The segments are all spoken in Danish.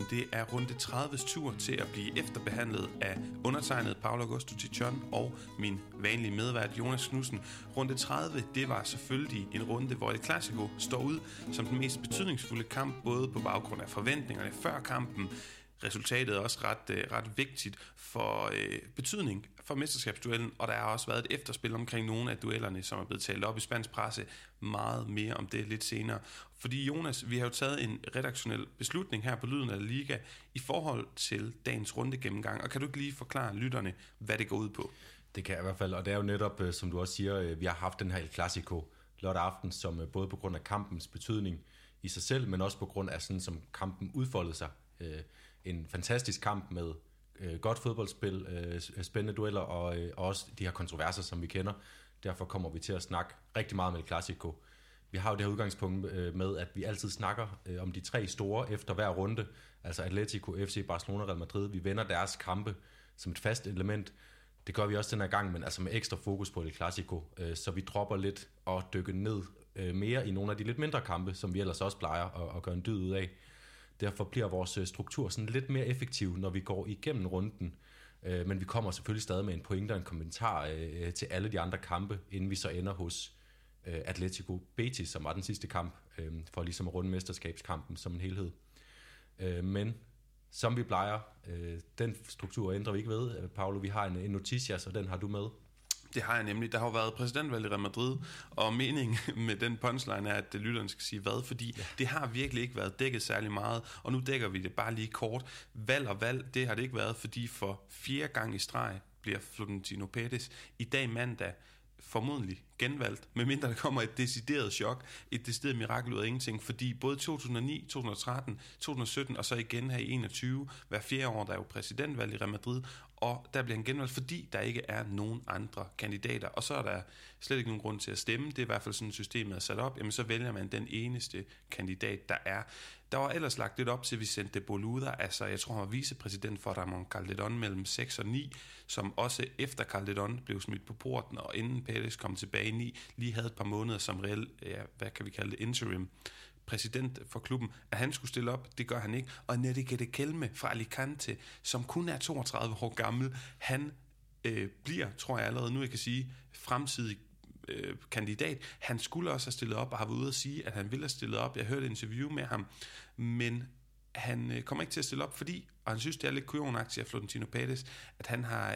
Det er runde 30's tur til at blive efterbehandlet af undertegnet Paulo Augusto Tichon og min vanlige medvært Jonas Knudsen. Runde 30, det var selvfølgelig en runde, hvor El Clasico står ud som den mest betydningsfulde kamp, både på baggrund af forventningerne før kampen. Resultatet er også ret vigtigt for betydning for mesterskabsduellen, og der har også været et efterspil omkring nogle af duellerne, som er blevet talt op i spansk presse. Meget mere om det lidt senere. Fordi Jonas, vi har jo taget en redaktionel beslutning her på Lyden af Liga i forhold til dagens runde gennemgang, og kan du ikke lige forklare lytterne, hvad det går ud på? Det kan jeg i hvert fald, og det er jo netop, som du også siger, vi har haft den her El Clasico lørdag aften, som både på grund af kampens betydning i sig selv, men også på grund af sådan, som kampen udfoldede sig. En fantastisk kamp med godt fodboldspil, spændende dueller og også de her kontroverser, som vi kender. Derfor kommer vi til at snakke rigtig meget med El Clasico. Vi har jo det her udgangspunkt med, at vi altid snakker om de tre store efter hver runde, altså Atletico, FC Barcelona og Real Madrid. Vi vender deres kampe som et fast element. Det gør vi også den her gang, men altså med ekstra fokus på El Clasico, så vi dropper lidt og dykker ned mere i nogle af de lidt mindre kampe, som vi ellers også plejer at gøre en dyd ud af. Derfor bliver vores struktur sådan lidt mere effektiv, når vi går igennem runden. Men vi kommer selvfølgelig stadig med en pointe og en kommentar til alle de andre kampe, inden vi så ender hos Atletico Betis, som var den sidste kamp, for ligesom at runde mesterskabskampen som en helhed. Men som vi plejer, den struktur ændrer vi ikke ved. Paulo, vi har en noticias, og den har du med. Det har jeg nemlig. Der har jo været præsidentvalg i Real Madrid, og meningen med den punchline er, at lytterne skal sige hvad, fordi det har virkelig ikke været dækket særlig meget, og nu dækker vi det bare lige kort. Valg, det har det ikke været, fordi for 4. gang i streg bliver Florentino Pérez i dag mandag formodentlig genvalgt, medmindre der kommer et decideret chok, et decideret mirakel ud af ingenting, fordi både 2009, 2013, 2017 og så igen her i 2021, hver 4. år, der er jo præsidentvalg i Real Madrid, og der bliver en genvalg, fordi der ikke er nogen andre kandidater, og så er der slet ikke nogen grund til at stemme, det er i hvert fald sådan systemet er sat op, jamen så vælger man den eneste kandidat, der er. Der var ellers lagt lidt op til Vicente Boluda, altså jeg tror han var vicepræsident for Ramon Calderón mellem 6 og 9, som også efter Calderón blev smidt på porten, og inden Pérez kom tilbage i 9, lige havde et par måneder som reel, hvad kan vi kalde det, interim præsident for klubben, at han skulle stille op, det gør han ikke. Og Enrique de Kelme fra Alicante, som kun er 32 år gammel, han bliver, tror jeg allerede nu, jeg kan sige, fremtidig kandidat. Han skulle også have stillet op, og har været ude at sige, at han ville have stillet op. Jeg hørte et interview med ham, men han kommer ikke til at stille op, fordi, og han synes, det er lidt kujonagtigt af Florentino Pérez, at han har,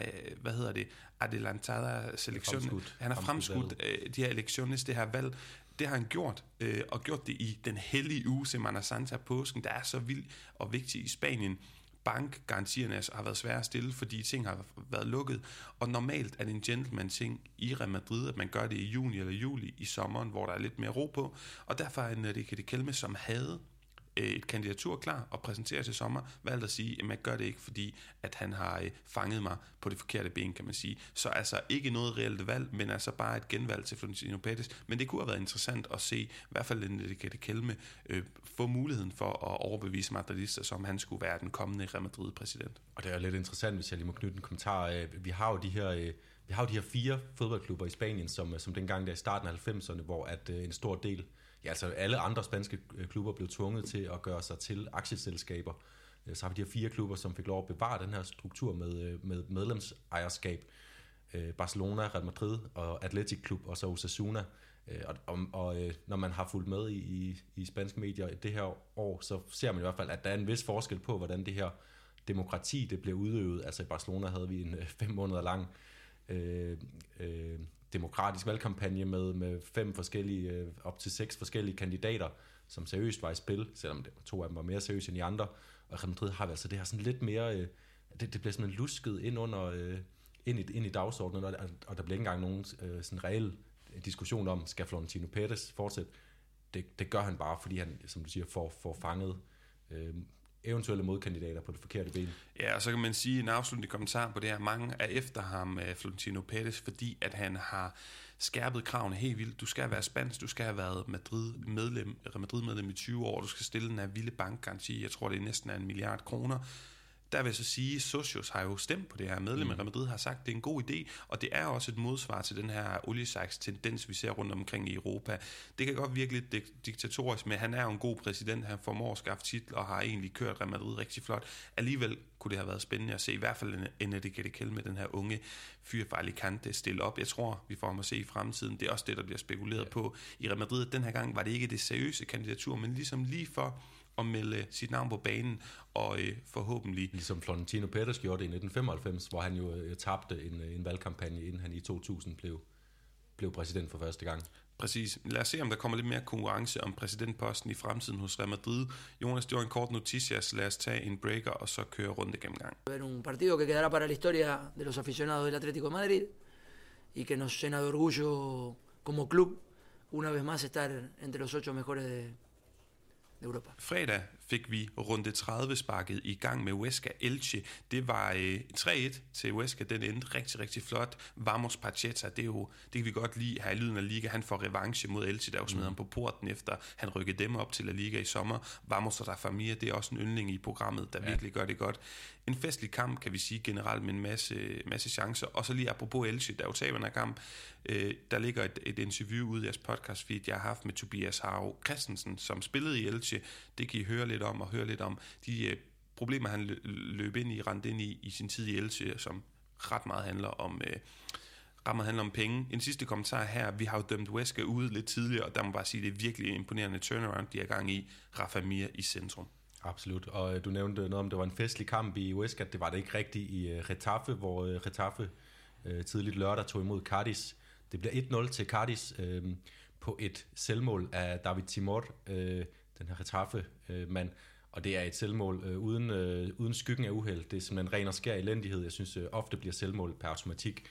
adelantada selektion. Han har fremskudt de her elecciones, det her valg. Det har han gjort, og gjort det i den hellige uge, Semana Santa, påsken, der er så vild og vigtig i Spanien. Bankgarantierne har været svære at stille, fordi ting har været lukket, og normalt er det en gentleman-ting i Real Madrid, at man gør det i juni eller juli i sommeren, hvor der er lidt mere ro på, og derfor er Enrique de Kelme, som havde et kandidatur klar og præsenterer til sommer, valgt at sige, at man gør det ikke, fordi at han har fanget mig på det forkerte ben, kan man sige. Så altså ikke noget reelt valg, men altså bare et genvalg til Florentino Pérez. Men det kunne have været interessant at se, i hvert fald Enrique de Kelme, få muligheden for at overbevise madridister, som han skulle være den kommende Real Madrid-præsident. Og det er lidt interessant, hvis jeg lige må knytte en kommentar. Vi har jo de her 4 fodboldklubber i Spanien, som dengang der i starten af 90'erne, hvor at en stor del, ja, altså alle andre spanske klubber blev tvunget til at gøre sig til aktieselskaber. Så har vi de her 4 klubber, som fik lov at bevare den her struktur med medlemsejerskab. Barcelona, Real Madrid og Athletic Club og så Osasuna. Og når man har fulgt med i spanske medier det her år, så ser man i hvert fald, at der er en vis forskel på, hvordan det her demokrati det bliver udøvet. Altså i Barcelona havde vi en 5 måneder lang demokratisk valgkampagne med 5 forskellige, op til 6 forskellige kandidater, som seriøst var i spil, selvom 2 af dem var mere seriøse end de andre. Og Real Madrid har altså det her sådan lidt mere, det bliver simpelthen lusket ind i dagsordenen, og der bliver ikke engang nogen sådan reel diskussion om, skal Florentino Pérez fortsætte. Det gør han bare, fordi han, som du siger, får fanget eventuelle modkandidater på det forkerte ben. Ja, og så kan man sige en afsluttende kommentar på det her. Mange er efter ham, Florentino Pérez, fordi at han har skærpet kravene helt vildt. Du skal være spansk, du skal have været Madrid-medlem i 20 år, du skal stille den her vilde bankgaranti, jeg tror det er næsten 1 milliard kroner. der vil jeg så sige, Socios har jo stemt på det her. Medlem af Real Madrid har sagt, at det er en god idé, og det er også et modsvar til den her oliesejs-tendens, vi ser rundt omkring i Europa. Det kan godt virke lidt diktatorisk, men han er jo en god præsident, han formår at skaffe titler og har egentlig kørt Real Madrid rigtig flot. Alligevel kunne det have været spændende at se, i hvert fald en Eddie med den her unge fyr fra Alicante stille op. Jeg tror, vi får ham at se i fremtiden. Det er også det, der bliver spekuleret på i Real Madrid. Den her gang var det ikke det seriøse kandidatur, men ligesom lige for at melde sit navn på banen, og forhåbentlig... Ligesom Florentino Pérez gjorde det i 1995, hvor han jo tabte en valgkampagne, inden han i 2000 blev præsident for første gang. Præcis. Lad os se, om der kommer lidt mere konkurrence om præsidentposten i fremtiden hos Real Madrid. Jonas, det var en kort noticias. Lad os tage en breaker, og så køre runde gennemgang. Un partido que quedará para la historia de los aficionados del Atlético de Madrid y que nos llena de orgullo como club una vez más estar entre los 8 mejores de Europa. Fredag fik vi runde 30 sparket i gang med Huesca Elche. Det var 3-1 til Huesca. Den endte rigtig, rigtig flot. Vamos Pacheta, det kan vi godt lide her i lyden af Liga. Han får revanche mod Elche, der jo smed ham på porten, efter han rykkede dem op til La Liga i sommer. Vamos og Familia, det er også en yndling i programmet, der virkelig gør det godt. En festlig kamp, kan vi sige generelt, med en masse chancer. Og så lige apropos Elche, der jo taber den her kamp. Der ligger et interview ude i jeres podcast feed, jeg har haft med Tobias Haro Christensen, som spillede i Elche. Det kan I høre lidt om og høre lidt om de problemer, han rendte ind i sin tid i Elche, som ret meget handler om penge. En sidste kommentar her. Vi har jo dømt Huesca ude lidt tidligere, og der må bare sige, det er virkelig imponerende turnaround, de er gang i. Rafa Mir i centrum. Absolut, og du nævnte noget om, det var en festlig kamp i Huesca. Det var det ikke rigtigt i Getafe, hvor Getafe tidligt lørdag tog imod Cadiz. Det bliver 1-0 til Cadiz på et selvmål af David Timor, den her Getafe-mand. Og det er et selvmål uden skyggen af uheld. Det er simpelthen ren og skær elendighed. Jeg synes ofte bliver selvmål per automatik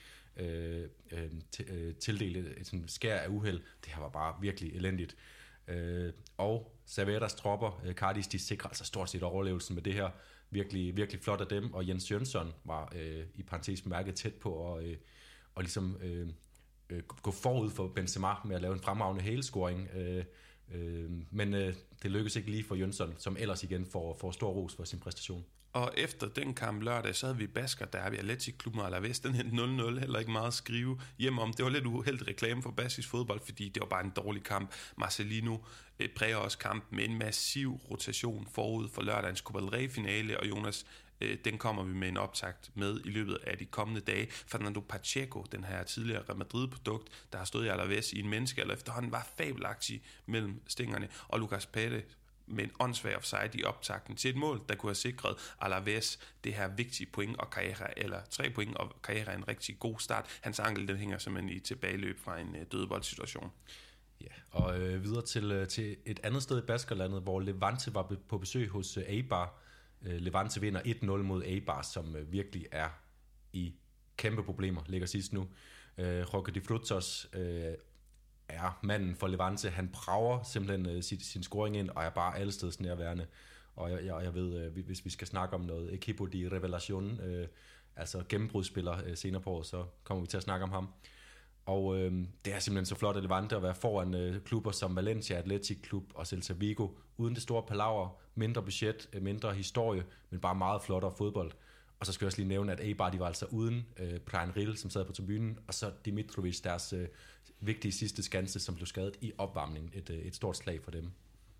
tildelt et skær af uheld. Det her var bare virkelig elendigt. Og Cerveras tropper, Cadiz, de sikrer altså stort set overlevelsen med det her. Virkelig, virkelig flot af dem. Og Jens Jønsson var i parentes bemærket tæt på at ligesom gå forud for Benzema med at lave en fremragende hælescoring. Men det lykkedes ikke lige for Jønsson, som ellers igen får stor ros for sin præstation. Og efter den kamp lørdag, så havde vi Basker Derby, Athletic Club og Alaves. Den endte 0-0, heller ikke meget at skrive hjem om. Det var lidt uheldig reklame for Baskis fodbold, fordi det var bare en dårlig kamp. Marcelino præger også kampen med en massiv rotation forud for lørdagens Copa del Rey-finale, og Jonas, den kommer vi med en optakt med i løbet af de kommende dage. Fernando Pacheco, den her tidligere Real Madrid-produkt, der har stået i Alaves i en menneskealder efterhånden, var fabelagtig mellem stængerne, og Lucas Pérez med en åndssvag offside i optakten til et mål, der kunne have sikret Alaves det her vigtige point og Carrera, eller 3 point, og Carrera en rigtig god start. Hans ankel, den hænger simpelthen i tilbageløb fra en dødboldsituation. Ja, og videre til et andet sted i Baskerlandet, hvor Levante var på besøg hos Eibar. Levante vinder 1-0 mod Eibar, som virkelig er i kæmpe problemer, ligger sidst nu. Roque de Frutos er manden for Levante. Han brager simpelthen sin scoring ind, og er bare allesteds nærværende. Og jeg ved, hvis vi skal snakke om noget equipo de revelation, altså gennembrudsspiller senere på året, så kommer vi til at snakke om ham. Og det er simpelthen så flot at Levante at være foran klubber som Valencia, Athletic Club og Celta Vigo, uden det store palaver, mindre budget, mindre historie, men bare meget flottere fodbold. Og så skal jeg også lige nævne, at Eibar, de var altså uden Brian Rill, som sad på tribunen, og så Dimitrovic, deres vigtige sidste skanse, som blev skadet i opvarmningen. Et stort slag for dem.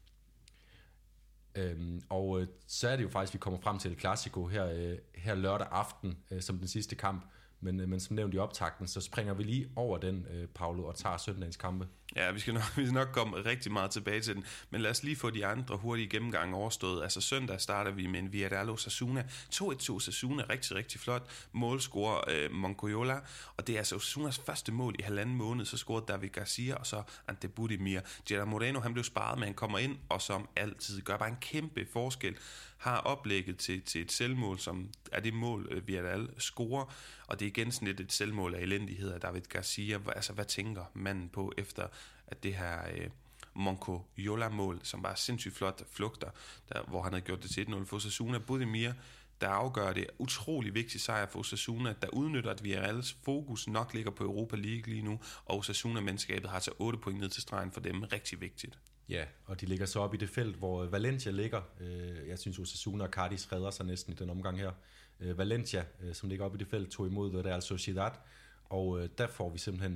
Og så er det jo faktisk, vi kommer frem til El Clasico her lørdag aften, som den sidste kamp. Men som nævnt i optakten, så springer vi lige over den, Paolo, og tager søndagens kampe. Ja, vi skal nok komme rigtig meget tilbage til den, men lad os lige få de andre hurtige gennemgange overstået. Altså søndag starter vi med en Villarreal Osasuna. 2-1 Osasuna, rigtig, rigtig flot. Målscorer Moncoyola, og det er altså Osasunas første mål i 1,5 måned. Så scorede David Garcia, og så Ante Budimir. Gerard Moreno, han blev sparet, men han kommer ind, og som altid gør bare en kæmpe forskel. Har oplægget til et selvmål, som er det mål, Villarreal scorer, og det er igen sådan et selvmål af elendighed af David Garcia. Altså, hvad tænker manden på efter at det her Moncoyola-mål, som var sindssygt flot flugter, hvor han havde gjort det til 1-0 for Osasuna. Budimir, der afgør det. Utrolig vigtig sejr for Osasuna, der udnytter, at Villarreals fokus nok ligger på Europa League lige nu, og Osasuna-mandskabet har så 8 point ned til stregen for dem. Rigtig vigtigt. Ja, og de ligger så op i det felt, hvor Valencia ligger. Jeg synes, Osasuna og Cadiz redder sig næsten i den omgang her. Valencia, som ligger op i det felt, tog imod Real Sociedad, og der får vi simpelthen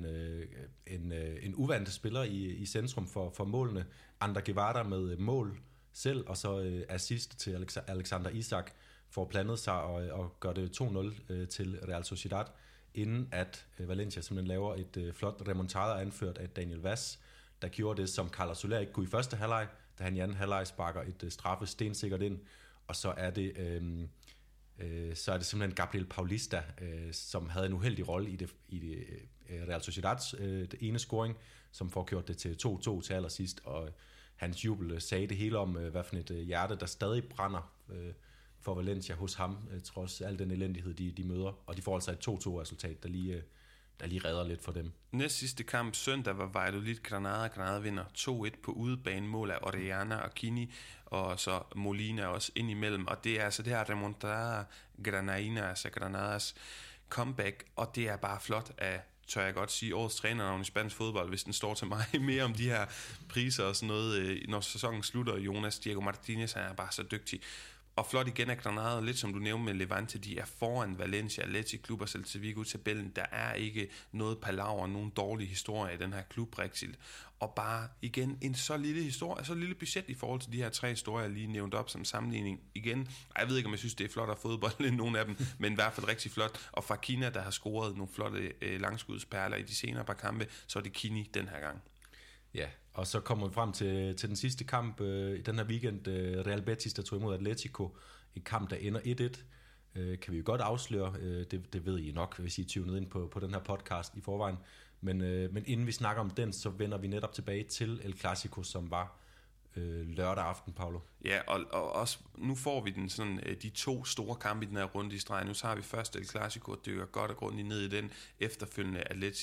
en uvandt spiller i centrum for målene. Ander Guevara med mål selv, og så assist til Alexander Isak, får plantet sig og gør det 2-0 til Real Sociedad, inden at Valencia simpelthen laver et flot remontada anført af Daniel Vaz, der gjorde det, som Carlos Soler ikke kunne i første halvleg, da han i anden halvleg sparker et straffe stensikkert ind, og så er det simpelthen Gabriel Paulista, som havde en uheldig rolle i det Real Sociedads det ene scoring, som får gjort det til 2-2 til allersidst, og hans jubel sagde det hele om, hvad for et hjerte, der stadig brænder for Valencia hos ham, trods al den elendighed, de møder, og de får altså et 2-2-resultat, der lige redder lidt for dem. Næst sidste kamp søndag var Valladolid Granada. Granada vinder 2-1 på udebane, mål af Orellana og Kini, og så Molina også ind imellem. Og det er altså det her remontada Granada, altså Granadas comeback, og det er bare flot af, tør jeg godt sige, årets trænernavn i spansk fodbold, hvis den står til mig, mere om de her priser og sådan noget, når sæsonen slutter. Jonas Diego Martinez, han er bare så dygtig. Og flot igen af Granada, lidt som du nævnte med Levante, de er foran Valencia, Athletic Club og Celta Vigo-tabellen. Der er ikke noget palaver, nogen dårlige historier i den her klub, rigtigt. Og bare igen en så lille historie, så lille budget i forhold til de her 3 historier, jeg lige nævnt op som sammenligning. Igen, jeg ved ikke, om jeg synes, det er flot at fodbold end nogen af dem, men i hvert fald rigtig flot. Og fra Kina, der har scoret nogle flotte langskudsperler i de senere par kampe, så er det Kini den her gang. Ja, og så kommer vi frem til den sidste kamp i den her weekend. Real Betis, der tog imod Atletico. En kamp, der ender 1-1. Kan vi jo godt afsløre. Det ved I nok, hvis I er tunet ind på den her podcast i forvejen. Men inden vi snakker om den, så vender vi netop tilbage til El Clasico, som var lørdag aften, Paulo. Ja, og også, nu får vi den sådan, de 2 store kampe i den her runde i streg. Nu så har vi først El Clasico, og dykker godt og grundigt ned i den efterfølgende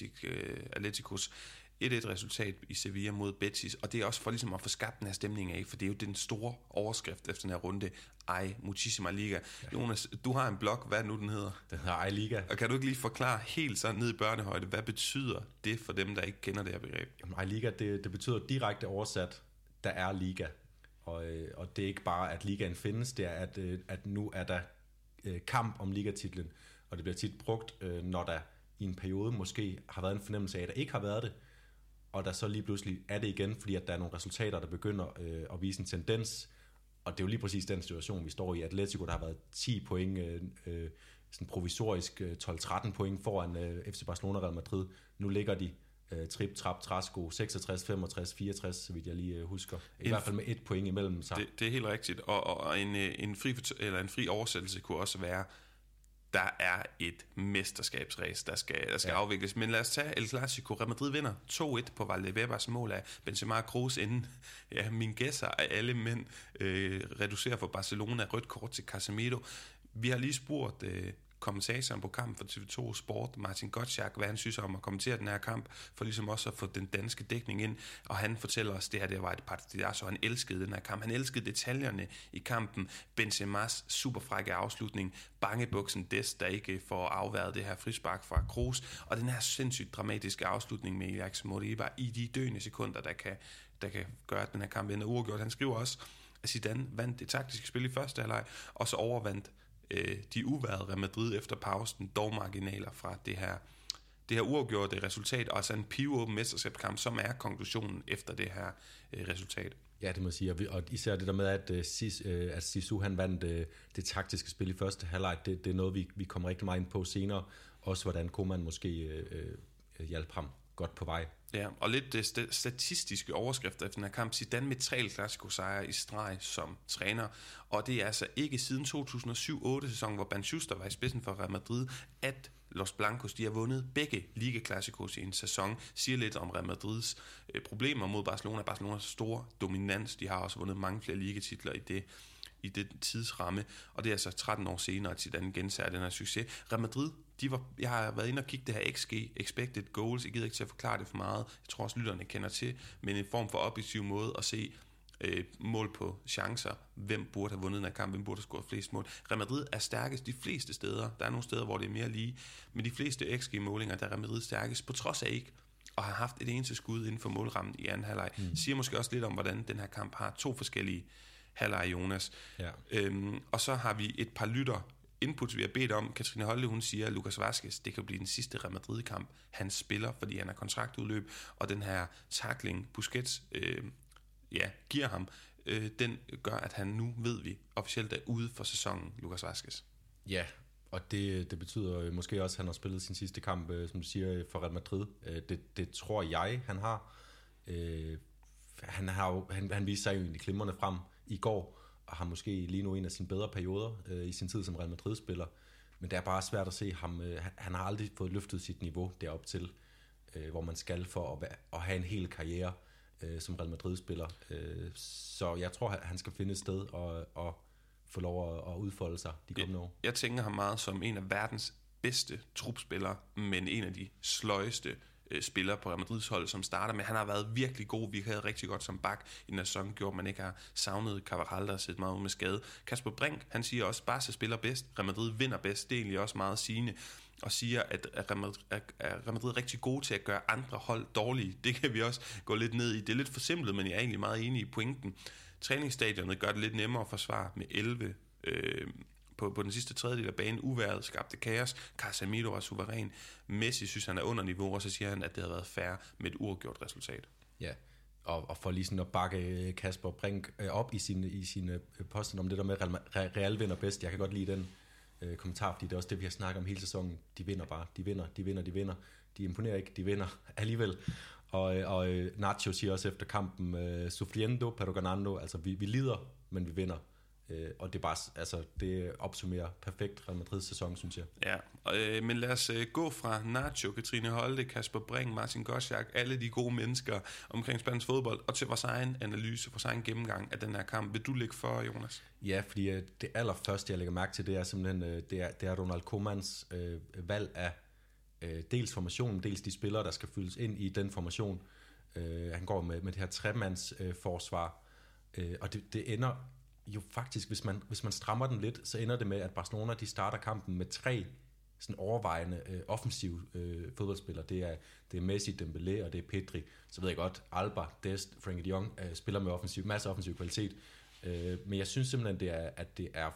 Atleticos 1-1-resultat i Sevilla mod Betis, og det er også for ligesom at få skabt den her stemning af, for det er jo den store overskrift efter den her runde. Ej, muchísima liga. Ja. Jonas, du har en blog, hvad nu den hedder? Den hedder Ej Liga. Og kan du ikke lige forklare helt sådan ned i børnehøjde, hvad betyder det for dem, der ikke kender det her begreb? Jamen, Ej Liga, det betyder direkte oversat, der er liga. Og det er ikke bare, at ligaen findes, det er, at nu er der kamp om ligatitlen, og det bliver tit brugt, når der i en periode måske har været en fornemmelse af, at der ikke har været det, og der så lige pludselig er det igen, fordi at der er nogle resultater, der begynder at vise en tendens, og det er jo lige præcis den situation, vi står i. Atletico, der har været 10 point, sådan provisorisk 12-13 point foran FC Barcelona og Real Madrid. Nu ligger de trip, trap, træsko, 66, 65, 64, så vidt jeg lige husker. I hvert fald med 1 point imellem sig. Det er helt rigtigt, og en fri oversættelse kunne også være, der er et mesterskabsræs, der skal afvikles. Men lad os tage El Clasico. Real Madrid vinder 2-1 på Valdebebas mål af Benzema og Kroos, inden min gæsser af alle mænd reducerer for Barcelona rødt kort til Casemiro. Vi har lige spurgt kommentatoren på kampen for TV2 Sport, Martin Gottschalk, hvad han synes om at kommentere den her kamp, for ligesom også at få den danske dækning ind, og han fortæller os, det var et partidazo, han elskede den her kamp, han elskede detaljerne i kampen, Benzemas superfrække afslutning, bangebuksen Des, der ikke får afværet det her frispark fra Kroos, og den her sindssygt dramatiske afslutning med Ilias Moriba i de døende sekunder, der kan gøre, at den her kamp ender uafgjort. Han skriver også, at Zidane vandt det taktiske spil i første halvleg, og så overvandt de uværede Real Madrid efter pausen, dog marginaler fra det her uafgjorte resultat, og altså en pivåben mesterskabskamp, som er konklusionen efter det her resultat. Ja, det må jeg sige, og især det der med, at Zizou han vandt det taktiske spil i første halvleg, det er noget, vi kommer rigtig meget ind på senere, også hvordan Koeman måske hjalp ham godt på vej. Ja, og lidt statistiske overskrifter efter den her kamp. Zidane med 3 Clasico-sejre i streg som træner, og det er altså ikke siden 2007-8-sæsonen, hvor Ben Schuster var i spidsen for Real Madrid, at Los Blancos, de har vundet begge Liga Clásicos i en sæson, siger lidt om Real Madrids problemer mod Barcelona. Barcelonas store dominans, de har også vundet mange flere ligatitler i det tidsramme, og det er altså 13 år senere, at Zidane gensager den her succes. Real Madrid, jeg har været inde og kigge det her XG, Expected Goals, jeg gider ikke til at forklare det for meget, jeg tror også lytterne kender til, men en form for objektiv måde at se mål på chancer, hvem burde have vundet den her kamp, hvem burde have scoret flest mål. Real Madrid er stærkest de fleste steder, der er nogle steder, hvor det er mere lige, men de fleste XG-målinger, der er Real Madrid stærkest, på trods af ikke og har haft et eneste skud inden for målrammen i anden halvleg. Siger måske også lidt om, hvordan den her kamp har 2 forskellige halvleje, Jonas. Ja. Og så har vi et par inputs, vi har bedt om. Katrine Holte, hun siger, at Lucas Vázquez, det kan blive den sidste Real Madrid-kamp, han spiller, fordi han har kontraktudløb, og den her tackling, Busquets giver ham, den gør, at han nu, ved vi, officielt er ude for sæsonen, Lucas Vázquez. Ja, og det betyder måske også, at han har spillet sin sidste kamp, som du siger, for Real Madrid. Det tror jeg, han har. Han viste sig jo egentlig glimrende frem i går, og har måske lige nu en af sine bedre perioder i sin tid som Real Madrid-spiller. Men det er bare svært at se ham. Han har aldrig fået løftet sit niveau derop til, hvor man skal for at have en hel karriere som Real Madrid-spiller. Så jeg tror, han skal finde et sted og få lov at udfolde sig de kommende år. Jeg tænker ham meget som en af verdens bedste trupspillere, men en af de sløjeste spillere på Real Madrids hold, som starter med. Han har været virkelig god. Vi havde rigtig godt som bak i den sæson, gjort man ikke har savnet Carvajal, der har set meget ud med skade. Kasper Brink, han siger også, Barca spiller bedst, Real Madrid vinder bedst. Det er egentlig også meget sigende, og siger, at Real Madrid er rigtig gode til at gøre andre hold dårlige. Det kan vi også gå lidt ned i. Det er lidt forsimplet, men jeg er egentlig meget enig i pointen. Træningsstadionet gør det lidt nemmere at forsvare med 11 på den sidste tredjedel af banen. Uværet skabte kaos. Casemiro var suveræn. Messi synes, han er under niveau, og så siger han, at det har været fair med et uafgjort resultat. Ja, og for lige sådan at bakke Kasper Brink op i sine posten om det der med, at Real vinder bedst. Jeg kan godt lide den kommentar, fordi det er også det, vi har snakket om hele sæsonen. De vinder bare. De vinder. De imponerer ikke. De vinder alligevel. Og Nacho siger også efter kampen, sufriendo pero ganando, altså vi lider, men vi vinder. Og det er bare, altså det opsummerer perfekt Real Madrids sæson, synes jeg. Ja, men lad os gå fra Nacho, Katrine Holte, Kasper Brink, Martin Gottschalk, alle de gode mennesker omkring spansk fodbold, og til vores egen analyse, vores egen gennemgang af den her kamp. Vil du lægge for, Jonas? Ja, fordi det allerførste, jeg lægger mærke til, det er simpelthen, det er Ronald Koemans valg af dels formationen, dels de spillere, der skal fyldes ind i den formation. Han går med det her tremands forsvar, og det ender jo faktisk, hvis man strammer den lidt, så ender det med, at Barcelona, de starter kampen med 3 sådan overvejende offensive fodboldspillere. Det er Messi, Dembélé og det er Pedri. Så ved jeg godt, Alba, Dest, Frenkie de Jong spiller med masser af offensiv kvalitet. Men jeg synes simpelthen, det er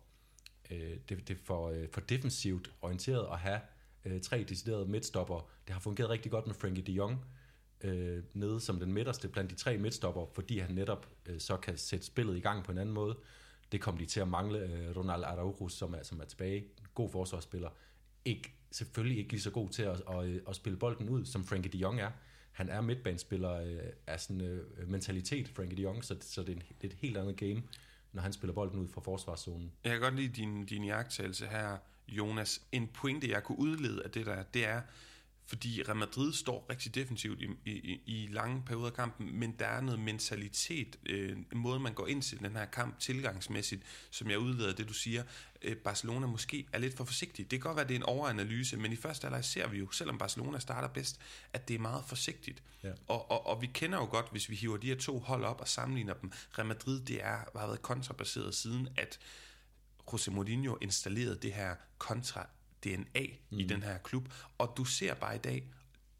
for defensivt orienteret at have 3 deciderede midtstopper. Det har fungeret rigtig godt med Frenkie de Jong nede som den midterste blandt de 3 midtstopper, fordi han netop så kan sætte spillet i gang på en anden måde. Det kom de til at mangle. Ronald Araujo, som er tilbage, god forsvarsspiller, selvfølgelig ikke lige så god til at spille bolden ud, som Frenkie de Jong er. Han er midtbanespiller af sådan mentalitet, Frenkie de Jong, så det er et helt andet game, når han spiller bolden ud fra forsvarszonen. Jeg kan godt lide din iagttagelse her, Jonas. En pointe, jeg kunne udlede af det er, fordi Real Madrid står rigtig defensivt i lange perioder af kampen, men der er noget mentalitet, en måde man går ind til den her kamp tilgangsmæssigt, som jeg udleder det, du siger. Barcelona måske er lidt for forsigtig. Det kan godt være, det er en overanalyse, men i første halvleg ser vi jo, selvom Barcelona starter bedst, at det er meget forsigtigt. Ja. Og vi kender jo godt, hvis vi hiver de her 2 hold op og sammenligner dem. Real Madrid, har været kontrabaseret siden, at José Mourinho installerede det her kontra-DNA i den her klub, og du ser bare i dag,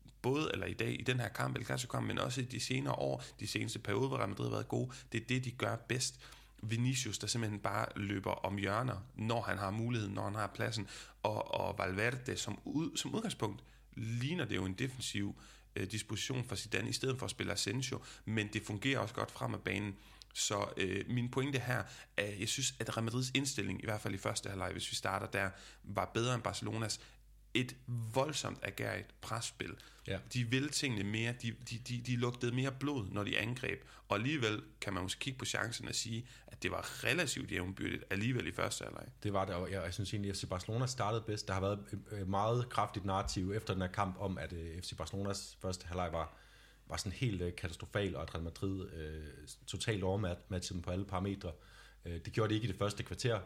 i den her kamp, men også i de senere år, de seneste perioder, hvor Real Madrid har været gode, det er det, de gør bedst. Vinicius, der simpelthen bare løber om hjørner, når han har muligheden, når han har pladsen, og Valverde, som udgangspunkt, ligner det jo en defensiv disposition for Zidane, i stedet for at spille Asensio, men det fungerer også godt frem af banen. Så min pointe her er, jeg synes, at Real Madrids indstilling, i hvert fald i første halvleg, hvis vi starter der, var bedre end Barcelonas. Et voldsomt agerigt presspil. Ja. De ville tingene mere, de lugtede mere blod, når de angreb. Og alligevel kan man måske kigge på chancen og sige, at det var relativt jævnbyrdigt alligevel i første halvleg. Det var det, og jeg synes egentlig, at FC Barcelona startede bedst. Der har været meget kraftigt narrativ efter den her kamp om, at FC Barcelonas første halvleg var sådan helt katastrofal, og at Real Madrid totalt overmatchede dem på alle parametre. Det gjorde de ikke i det første kvarter.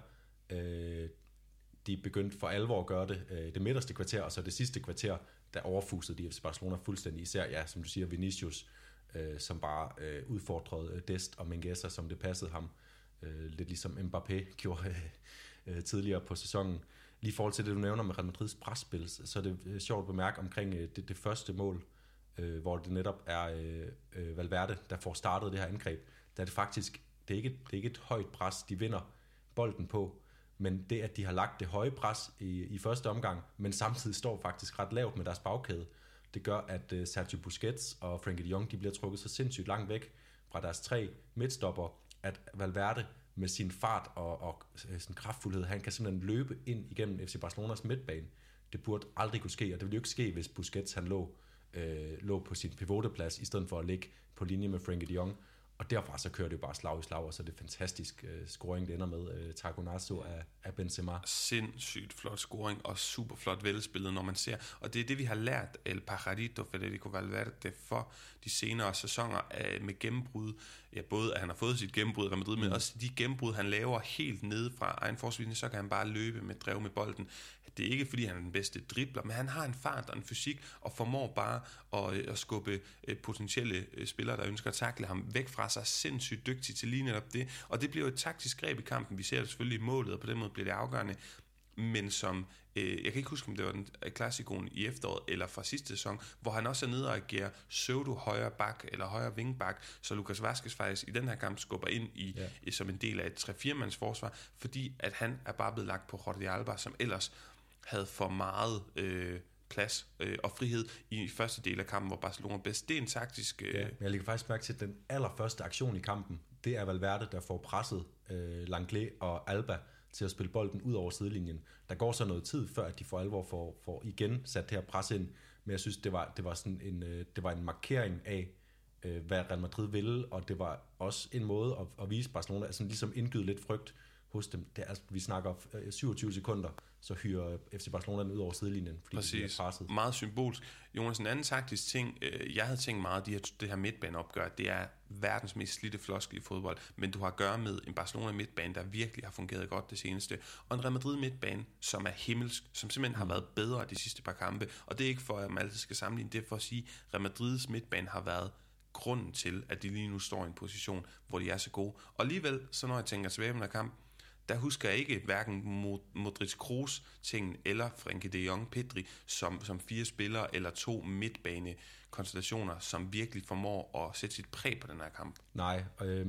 De begyndte for alvor at gøre det midterste kvarter, og så det sidste kvarter, der overfusede de FC Barcelona fuldstændig. Især, ja, som du siger, Vinicius, som bare udfordrede Dest og Mingueza, som det passede ham. Lidt ligesom Mbappé gjorde tidligere på sæsonen. Lige i forhold til det, du nævner med Real Madrids presspil, så er det sjovt at bemærke omkring det første mål. hvor det netop er Valverde, der får startet det her angreb. Der er det faktisk, det er ikke et højt pres, de vinder bolden på, men det, at de har lagt det høje pres i første omgang, men samtidig står faktisk ret lavt med deres bagkæde, det gør, at Sergio Busquets og Frenkie de Jong, de bliver trukket så sindssygt langt væk fra deres 3 midtstopper, at Valverde med sin fart og sin kraftfuldhed, han kan simpelthen løbe ind igennem FC Barcelonas midtbane. Det burde aldrig kunne ske, og det ville jo ikke ske, hvis Busquets han lå på sin pivoteplads, i stedet for at ligge på linje med Frenkie de Jong. Og derfra så kører det jo bare slag i slag, og så er det fantastisk scoring, det ender med Targonazo af Benzema. Sindssygt flot scoring, og super flot velspillet, når man ser. Og det er det, vi har lært El Pajarito Federico Valverde for de senere sæsoner med gennembrud. Ja, både at han har fået sit gennembrud i Real Madrid, men også de gennembrud, han laver helt nede fra egen forsvarslinje, så kan han bare løbe med drev med bolden. Det er ikke, fordi han er den bedste dribler, men han har en fart og en fysik, og formår bare at skubbe potentielle spillere, der ønsker at takle ham væk fra sig, sindssygt dygtig til lige netop det. Og det bliver jo et taktisk greb i kampen. Vi ser det selvfølgelig i målet, og på den måde bliver det afgørende. Men som, jeg kan ikke huske, om det var den klassikoen i efteråret, eller fra sidste sæson, hvor han også er nede og agerer pseudo højre bak, eller højre vingbak, så Lucas Vázquez faktisk i den her kamp skubber ind som en del af et 3-4-mands forsvar, fordi at han er bare blevet lagt på Jordi Alba, som ellers havde for meget plads og frihed i første del af kampen, hvor Barcelona er bedst. Det er en taktisk... Ja, men jeg lægger faktisk mærke til, at den allerførste aktion i kampen, det er Valverde, der får presset Langlais og Alba til at spille bolden ud over sidelinjen. Der går så noget tid, før at de for alvor får igen sat det her pres ind, men jeg synes, det var sådan en markering af, hvad Real Madrid ville, og det var også en måde at vise Barcelona, altså ligesom indgyde lidt frygt hos dem. Det er, altså, vi snakker 27 sekunder, så hyrer FC Barcelona den ud over sidelinjen, fordi de bliver presset. Meget symbolsk. Jonas, en anden taktisk ting, jeg havde tænkt meget, det her midtbaneopgør, det er verdens mest slidte floskel i fodbold, men du har at gøre med en Barcelona midtbane, der virkelig har fungeret godt det seneste, og en Real Madrid midtbane, som er himmelsk, som simpelthen har været bedre de sidste par kampe, og det er ikke for, at man altid skal sammenligne, det er for at sige, at Real Madrids midtbane har været grunden til, at de lige nu står i en position, hvor de er så gode. Og alligevel, så når jeg tænker tilbage på den her kamp, der husker jeg ikke hverken Modric Kroos tingen eller Frenkie de Jong Pedri som 4 spillere eller 2 midtbane konstellationer, som virkelig formår at sætte sit præg på den her kamp. Nej,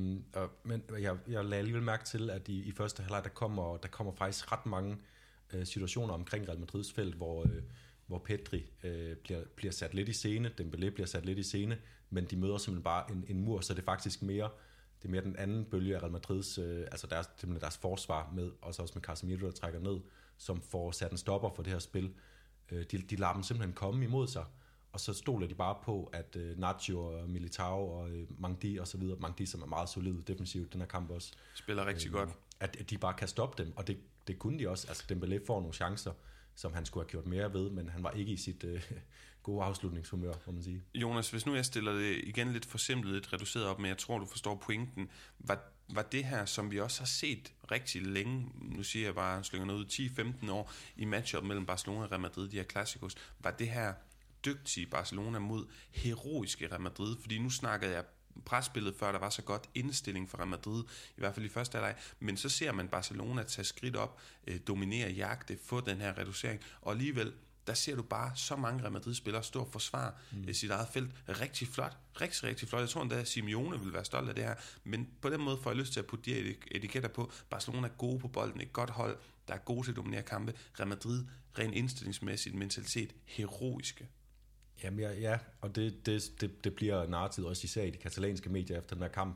men jeg lagde alligevel mærke til, at i første halvleg der kommer faktisk ret mange situationer omkring Real Madrids felt, hvor Pedri bliver sat lidt i scene, Dembélé bliver sat lidt i scene, men de møder simpelthen bare en mur, så det er faktisk mere den anden bølge af Real Madrids, altså deres forsvar med, også med Casemiro, der trækker ned, som får sat en stopper for det her spil. De lader dem simpelthen komme imod sig, og så stoler de bare på, at Nacho og Militao og Mangdi og så videre, Mangdi som er meget solid defensivt, den her kamp også. Spiller rigtig godt. At de bare kan stoppe dem, og det kunne de også. Altså Dembélé får nogle chancer, som han skulle have gjort mere ved, men han var ikke i sit gode afslutningshumør, må man sige. Jonas, hvis nu jeg stiller det igen lidt forsimplet, lidt reduceret op, men jeg tror, du forstår pointen. Var det her, som vi også har set rigtig længe, nu siger jeg bare, slynger noget ud, 10-15 år, i matchup mellem Barcelona og Real Madrid, de her klassikos, var det her dygtige Barcelona mod heroiske Real Madrid? Fordi nu snakkede jeg presspillet før, der var så godt indstilling for Real Madrid, i hvert fald i første halvleg, men så ser man Barcelona tage skridt op, dominere, jagte, få den her reducering, og alligevel, der ser du bare så mange Real Madrid-spillere stå og forsvare sit eget felt. Rigtig flot. Rigtig, rigtig flot. Jeg tror endda, at Simeone vil være stolt af det her. Men på den måde får jeg lyst til at putte de etiketter på. Barcelona er gode på bolden. Et godt hold, der er gode til at dominere kampe. Real Madrid, rent indstillingsmæssigt, mentalitet, heroiske. Jamen ja, og det bliver narrativet også især i de katalanske medier efter den her kamp,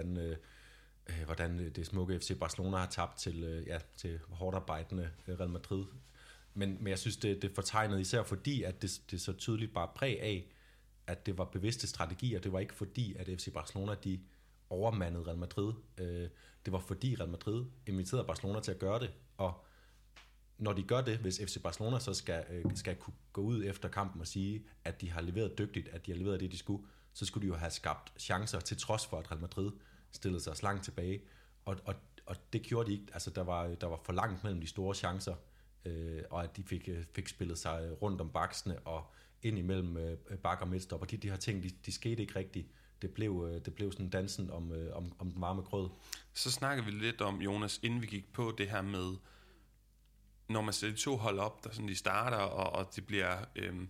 hvordan det smukke FC Barcelona har tabt til hårdt arbejdende Real Madrid. Men jeg synes, det fortegnede især fordi, at det så tydeligt bare præg af, at det var bevidste strategier. Det var ikke fordi, at FC Barcelona de overmandede Real Madrid. Det var fordi Real Madrid inviterede Barcelona til at gøre det. Og når de gør det, hvis FC Barcelona så skal kunne gå ud efter kampen og sige, at de har leveret dygtigt, at de har leveret det, de skulle, så skulle de jo have skabt chancer, til trods for, at Real Madrid stillede sig slankt tilbage. Og det gjorde de ikke. Altså, der var for langt mellem de store chancer, og at de fik spillet sig rundt om baksene og ind imellem bak og midtstop, og de her ting, de skete ikke rigtigt. Det blev sådan dansen om den varme grød. Så snakker vi lidt om, Jonas, inden vi gik på det her med, når man sætter 2 hold op, der sådan de starter, og det bliver, kan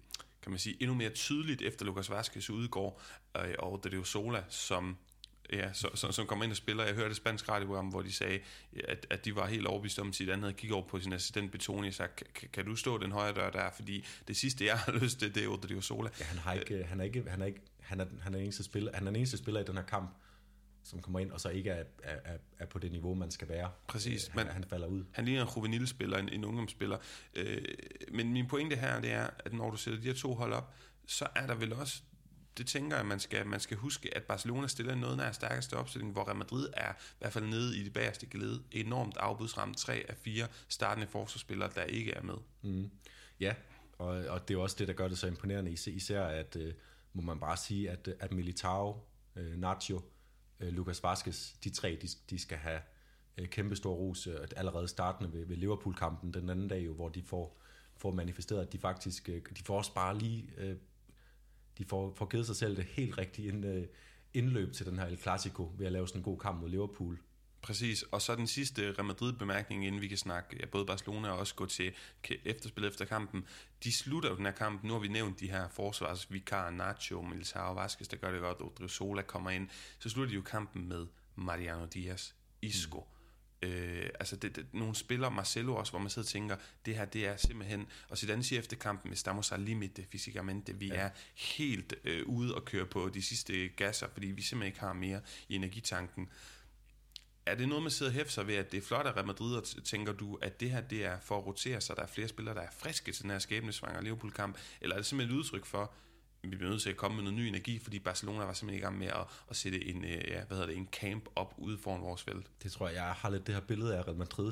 kan man sige, endnu mere tydeligt efter Lucas Vázquez udgår, og Odriozola, som kommer ind og spiller. Jeg hørte et spansk radioprogram, hvor de sagde, at de var helt overbevist om sit andet, gik over på sin assistent Betoni og sagde, kan du stå den højre dør der, fordi det sidste, jeg har lyst til, det er Odriozola. Ja, han er den eneste spiller i den her kamp, som kommer ind, og så ikke er på det niveau, man skal være. Præcis. Han falder ud. Han ligner en juvenilspiller, en ungdomsspiller. Men min pointe her, det er, at når du sætter de her to hold op, så er der vel også, det tænker jeg, man skal huske, at Barcelona stiller noget nær stærkeste opstilling, hvor Real Madrid er i hvert fald nede i det bagerste geled. Enormt afbudsramt, 3 af 4 startende forsvarsspillere, der ikke er med. Mm. Ja, og det er også det, der gør det så imponerende, især at, må man bare sige, at Militao, Nacho, Lucas Vázquez, de 3, de skal have kæmpe stor ros allerede startende ved Liverpool-kampen den anden dag, jo, hvor de får manifesteret, at de faktisk, de får også bare lige, de får givet sig selv det helt rigtige indløb til den her El Clasico, ved at lave sådan en god kamp mod Liverpool. Præcis, og så den sidste Real Madrid-bemærkning, inden vi kan snakke både Barcelona og også gå til efterspillet efter kampen. De slutter jo den her kamp. Nu har vi nævnt de her forsvarsvikarer, Nacho, Militao, Vázquez, der gør det godt, Odriozola kommer ind. Så slutter de jo kampen med Mariano Diaz, Isco. Nogle spillere, Marcelo også, hvor man sidder og tænker, det her, det er simpelthen, og Zidane siger efter kampen, estamos al límite físicamente, vi er helt ude og køre på de sidste gasser, fordi vi simpelthen ikke har mere i energitanken. Er det noget, man sidder og hæfter sig ved, at det er flot af Real Madrid, og tænker du, at det her, det er for at rotere, så der er flere spillere, der er friske til den her skæbnesvanger Liverpool-kamp, eller er det simpelthen et udtryk for, at vi bliver nødt til at komme med noget ny energi, fordi Barcelona var simpelthen i gang med at sætte en camp op ude foran vores felt? Det tror jeg har lidt det her billede af Real Madrid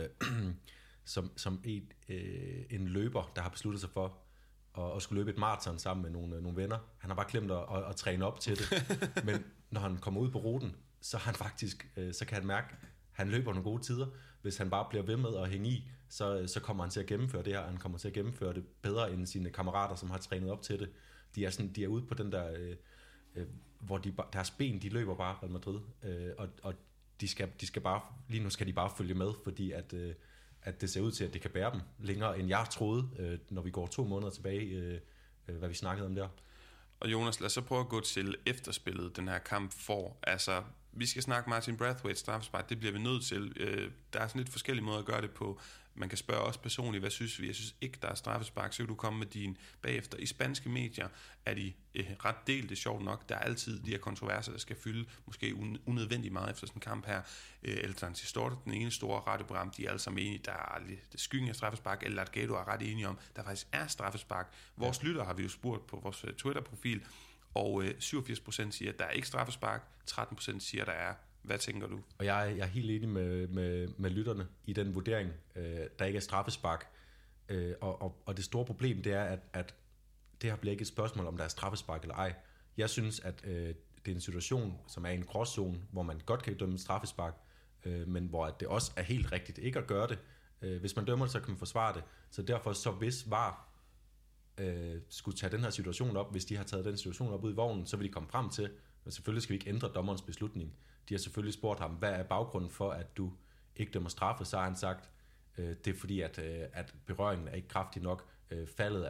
som en løber, der har besluttet sig for at skulle løbe et maraton sammen med nogle venner. Han har bare glemt at træne op til det, men når han kommer ud på ruten, så han faktisk, så kan han mærke, at han løber nogle gode tider. Hvis han bare bliver ved med at hænge i, så kommer han til at gennemføre det her. Han kommer til at gennemføre det bedre end sine kammerater, som har trænet op til det. De er ude på den der, hvor deres ben, de løber bare Real Madrid, og de skal bare, lige nu skal de bare følge med, fordi at det ser ud til, at det kan bære dem længere, end jeg troede, når vi går 2 måneder tilbage, hvad vi snakkede om der. Og Jonas, lad os så prøve at gå til efterspillet, den her kamp får. Altså, vi skal snakke Martin Braithwaite straffespark, det bliver vi nødt til. Der er sådan lidt forskellige måder at gøre det på. Man kan spørge os personligt, hvad synes vi? Jeg synes ikke, der er straffespark, så kan du komme med din bagefter. I spanske medier er de ret delt, det er sjovt nok. Der er altid de her kontroverser, der skal fylde måske unødvendigt meget efter sådan en kamp her. El Transistor, den ene store radioprogram, de er alle sammen enige, der er det skyggen af straffespark, eller at Gado er ret enige om, der faktisk er straffespark. Vores lytter har vi jo spurgt på vores Twitter-profil, og 87% siger, at der er ikke straffespark, 13% siger, der er. Hvad tænker du? Og jeg er helt enig med lytterne i den vurdering, der ikke er straffespark. Og det store problem, det er, at det her bliver ikke et spørgsmål, om der er straffespark eller ej. Jeg synes, at det er en situation, som er i en gråzone, hvor man godt kan dømme straffespark, men hvor det også er helt rigtigt ikke at gøre det. Hvis man dømmer det, så kan man forsvare det. Så derfor, så hvis VAR skulle tage den her situation op, hvis de har taget den situation op ud i vognen, så vil de komme frem til, og selvfølgelig skal vi ikke ændre dommerens beslutning. De har selvfølgelig spurgt ham, hvad er baggrunden for, at du ikke dømmer straffe? Så har han sagt, det er fordi, at berøringen er ikke kraftig nok. Faldet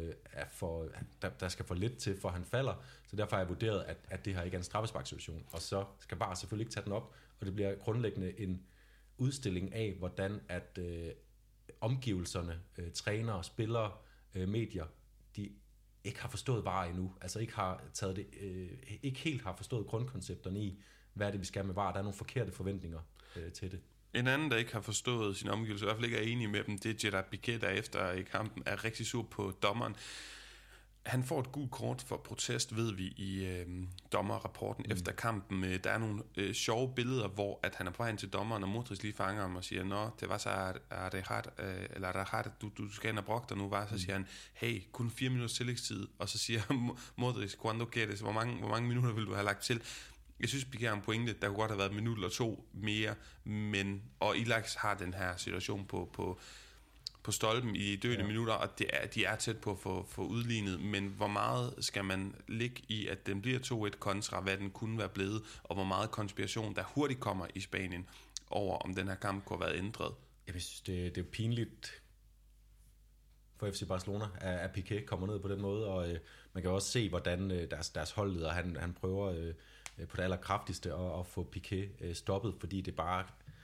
der skal for lidt til, for han falder. Så derfor har jeg vurderet, at det her ikke er en straffesparksituation. Og så skal bare selvfølgelig ikke tage den op. Og det bliver grundlæggende en udstilling af, hvordan at omgivelserne, trænere, spillere, medier, de ikke har forstået VAR endnu. Altså ikke har taget det, ikke helt har forstået grundkoncepterne i, hvad er det, vi skal med VAR. Der er nogle forkerte forventninger til det. En anden, der ikke har forstået sin omgivelse, i hvert fald ikke er enig med dem, det er Gerard Piqué, der efter i kampen er rigtig sur på dommeren. Han får et gult kort for protest, ved vi, i dommerrapporten efter kampen. Der er nogle sjove billeder, hvor at han er på vej ind til dommeren, og Modric lige fanger ham og siger, nå, det var så du skal ind og brokke dig nu, var. Så siger han, hey, kun 4 minutters tillægstid. Og så siger Modric, cuando quieres, hvor mange minutter vil du have lagt til? Jeg synes, Piqué har en pointe, der kunne godt have været 1 minut eller 2 mere, og Ilax har den her situation på stolpen i døende minutter, og de er tæt på at få udlignet, men hvor meget skal man ligge i, at den bliver 2-1 kontra, hvad den kunne være blevet, og hvor meget konspiration, der hurtigt kommer i Spanien over, om den her kamp kunne have været ændret? Jeg synes, det er pinligt for FC Barcelona, at Piqué kommer ned på den måde, og man kan også se, hvordan deres holdleder, han prøver på det allerkraftigste at få Piqué stoppet, fordi det bare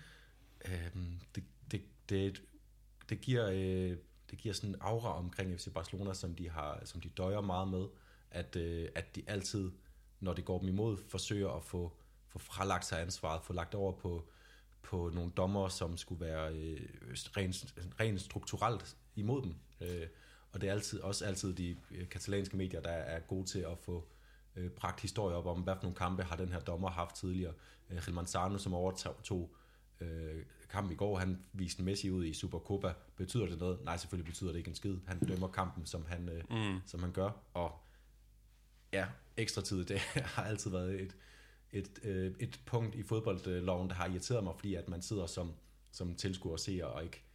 det giver sådan en aura omkring FC Barcelona, som de døjer meget med, at de altid, når det går dem imod, forsøger at få fralagt sig ansvaret, få lagt over på nogle dommer, som skulle være rent strukturelt imod dem. Og det er også altid de katalanske medier, der er gode til at få bragt historier op om, hvad for nogle kampe har den her dommer haft tidligere. Gil Manzano, som overtog kampen i går, han viste Messi ud i Supercopa. Betyder det noget? Nej, selvfølgelig betyder det ikke en skid. Han dømmer kampen, som han gør. Og ja, ekstra tid, det har altid været et punkt i fodboldloven, der har irriteret mig, fordi at man sidder som tilskuer og ser, og ikke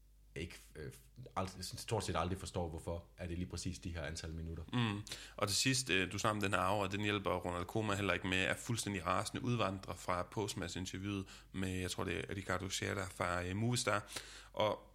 stort set aldrig forstår, hvorfor er det lige præcis de her antal minutter. Og til sidst, du snakker om den her aura, den hjælper Ronald Koeman heller ikke med, at fuldstændig rasende udvandrer fra postmatch-interviewet med, jeg tror det er Ricardo Sierra fra Movistar, og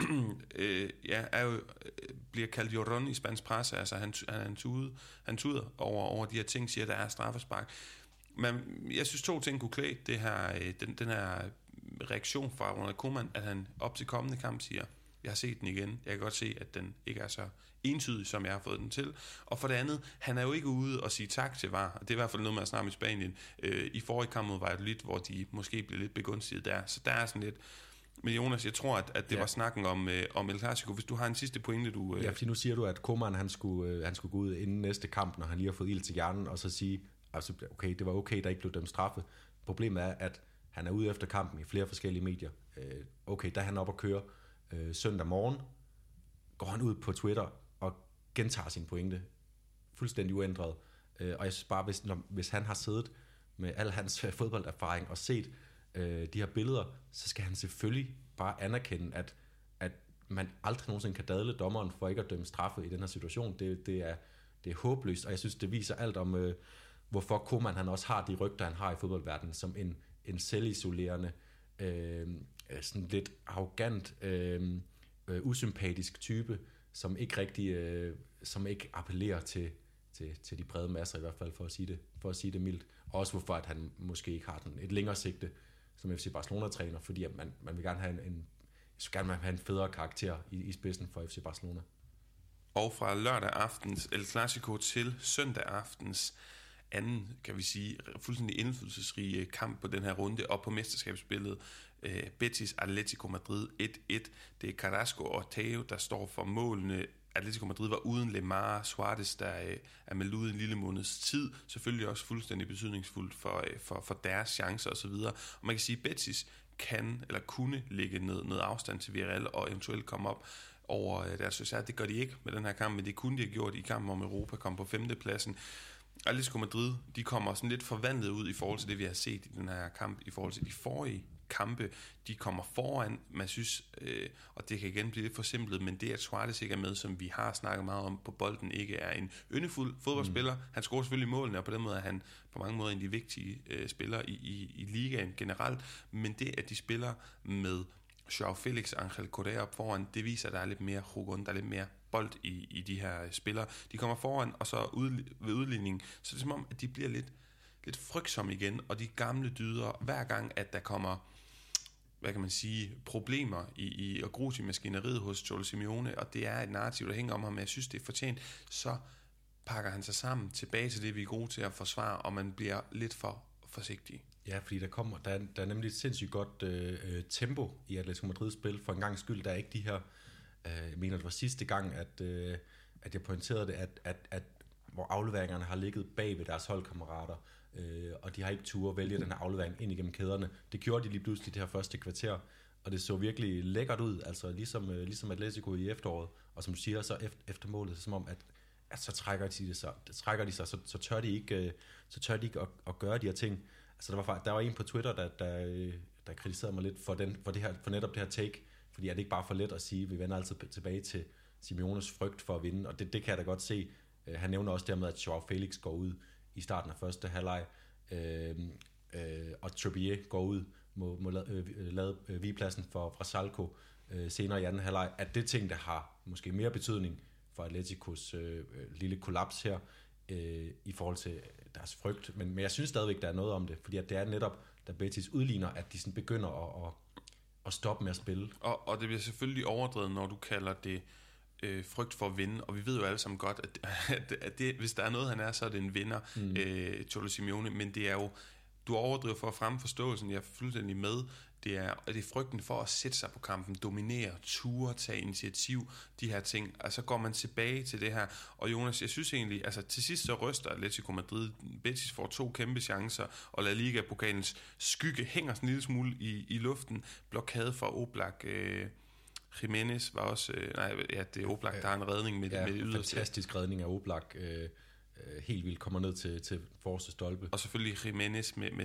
bliver kaldt Llorón i spansk presse, altså han tuder over de her ting, siger, der er straffespark. Men jeg synes 2 ting kunne klæde det her, den her reaktion fra Ronald Koeman, at han op til kommende kamp siger, jeg har set den igen, jeg kan godt se, at den ikke er så entydig, som jeg har fået den til. Og for det andet, han er jo ikke ude og sige tak til VAR. Det er i hvert fald noget med at snakke i Spanien. I forrige kamp mod Valladolid, hvor de måske blev lidt begunstiget der. Så der er sådan lidt. Men Jonas, jeg tror, at det var snakken om El Clasico. Hvis du har en sidste pointe, du... Ja, fordi nu siger du, at Koeman han skulle gå ud inden næste kamp, når han lige har fået ild til hjernen, og så sige, altså, okay, det var okay, der ikke blev dømt straffe. Problemet er, at han er ude efter kampen i flere forskellige medier. Okay, der er han op og køre søndag morgen, går han ud på Twitter og gentager sin pointe. Fuldstændig uændret. Og jeg synes bare, hvis han har siddet med al hans fodbolderfaring og set de her billeder, så skal han selvfølgelig bare anerkende, at man aldrig nogensinde kan dadle dommeren for ikke at dømme straffe i den her situation. Det er håbløst, og jeg synes, det viser alt om, hvorfor Koeman han også har de rygter, han har i fodboldverdenen, som en selvisolerende, sådan lidt arrogant, usympatisk type, som ikke rigtig, som ikke appellerer til de brede masser, i hvert fald for at sige det mildt. Og også hvorfor at han måske ikke har et længere sigte som FC Barcelona-træner, fordi at man vil gerne have en federe karakter i spidsen for FC Barcelona. Og fra lørdag aftens El Clasico til søndag aftens anden, kan vi sige, fuldstændig indflydelsesrige kamp på den her runde, og på mesterskabsspillet Betis Atletico Madrid 1-1. Det er Carrasco og Teo, der står for målene. Atletico Madrid var uden Lemar, Suarez, der er meldt ud en lille måneds tid. Selvfølgelig også fuldstændig betydningsfuldt for deres chancer osv. Og man kan sige, at Betis kunne ligge ned afstand til Villarreal og eventuelt komme op over deres socialt. Det gør de ikke med den her kamp, men det kunne de have gjort i kampen om Europa, kom på 5. pladsen. Atletico Madrid, de kommer sådan lidt forvandlet ud i forhold til det, vi har set i den her kamp, i forhold til de forrige kampe. De kommer foran, man synes, og det kan igen blive lidt forsimplet, men det, at Suarez ikke er med, som vi har snakket meget om på bolden, ikke er en yndefuld fodboldspiller. Han scorer selvfølgelig målene, og på den måde er han på mange måder en af de vigtige spillere i ligaen generelt, men det, at de spiller med Joao Felix og Angel Correa op foran, det viser, at der er lidt mere hugon, der er lidt mere bold i de her spillere. De kommer foran, og så ved udligningen, så det er som om, at de bliver lidt frygtsomme igen, og de gamle dyder, hver gang, at der kommer, hvad kan man sige, problemer i at grus i maskineriet hos Cholo Simeone, og det er et narrativ, der hænger om ham, men jeg synes, det er fortjent, så pakker han sig sammen tilbage til det, vi er gode til at forsvare, og man bliver lidt for forsigtig. Ja, fordi der er nemlig et sindssygt godt tempo i Atletico Madrids spil. For en gang skyld, der er ikke de her, jeg mener, det var sidste gang, at jeg pointerede det, at hvor afleveringerne har ligget bag ved deres holdkammerater, og de har ikke turde vælge den her aflevering ind igennem kæderne. Det gjorde de lige pludselig det her første kvarter, og det så virkelig lækkert ud, altså ligesom Atletico i efteråret, og som du siger, så efter målet, som om, at så trækker de sig, så tør de ikke at gøre de her ting. Altså der var en på Twitter, der kritiserede mig lidt for netop det her take, fordi er det ikke bare for let at sige, at vi vender altid tilbage til Simeones frygt for at vinde, og det kan jeg da godt se. Han nævner også dermed, at Joao Felix går ud i starten af første halvleg, og Trippier går ud, må lade vigepladsen fra Salco, senere i anden halvleg, at det ting, der har måske mere betydning for Atleticos lille kollaps her, i forhold til deres frygt. Men jeg synes stadigvæk, der er noget om det, fordi at det er netop, da Betis udligner, at de sådan begynder at stoppe med at spille. Og det bliver selvfølgelig overdrevet, når du kalder det frygt for at vinde, og vi ved jo alle sammen godt, at det, hvis der er noget, han er, så er det en vinder, Cholo Simeone, men det er jo, du overdriver for at fremme forståelsen, jeg er fuldstændig med, det er frygten for at sætte sig på kampen, dominere, ture, tage initiativ, de her ting, og så går man tilbage til det her, og Jonas, jeg synes egentlig, altså til sidst så ryster Atletico Madrid, Betis får 2 kæmpe chancer, og La Liga-pokalens skygge hænger sådan en lille smule i luften, blokade fra Oblak, Jimenez var også, det er Oblak, der har en redning med det yderste. Fantastisk redning af Oblak, helt vildt kommer ned til forreste stolpe. Og selvfølgelig Jimenez med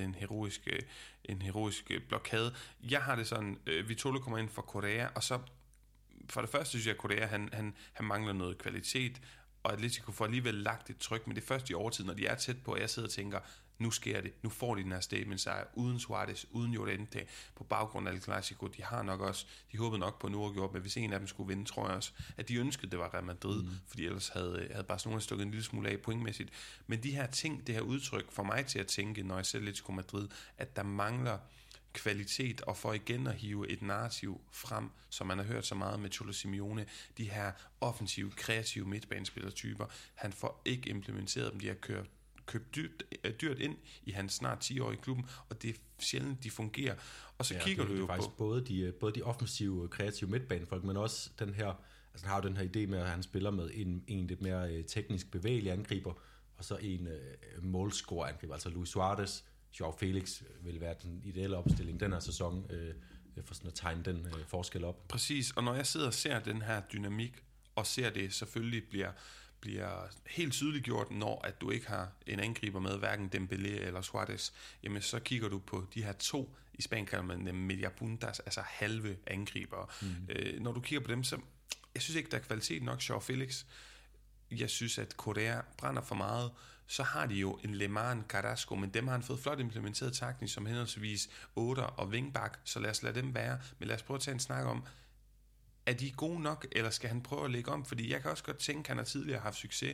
en heroisk blokade. Jeg har det sådan, Vitolo kommer ind for Correa, og så for det første synes jeg, at Correa han mangler noget kvalitet, og Atletico får alligevel lagt et tryk, men det første i overtid, når de er tæt på, og jeg sidder og tænker, nu sker det, nu får de den her statement-sejr, uden Suarez, uden Llorente, på baggrund af El Clasico, de har nok også, de håbede nok på en uafgjort, men hvis en af dem skulle vinde, tror jeg også, at de ønskede, det var Real Madrid, fordi ellers havde Barcelona stukket en lille smule af pointmæssigt. Men de her ting, det her udtryk, får mig til at tænke, når jeg ser Atletico Madrid, at der mangler kvalitet, og for igen at hive et narrativ frem, som man har hørt så meget med Cholo Simeone, de her offensive, kreative midtbanespillertyper, han får ikke implementeret dem, de har købt dyrt ind i hans snart 10 år i klubben, og det er sjældent, de fungerer. Og så kigger du jo faktisk på både de offensive, kreative midtbanefolk, men også den her, altså han har jo den her idé med, at han spiller med en lidt mere teknisk bevægelig angriber, og så en målscore angriber, altså Luis Suarez, Joao Felix vil være den ideelle opstilling den her sæson, for sådan at tegne den forskel op. Præcis, og når jeg sidder og ser den her dynamik, og ser det selvfølgelig bliver helt tydeligt gjort, når at du ikke har en angriber med, hverken Dembélé eller Suarez, jamen så kigger du på de her 2, i Spanien kalder man dem mediapuntas, altså halve angribere. Når du kigger på dem, så jeg synes ikke, der er kvalitet nok. Joao Felix, jeg synes, at Correa brænder for meget. Så har de jo en Lemar, Carrasco, men dem har han fået flot implementeret taktisk som henholdsvis 8 og wingback, så lad os lade dem være. Men lad os prøve at tage en snak om, er de gode nok, eller skal han prøve at lægge om? Fordi jeg kan også godt tænke, at han har tidligere haft succes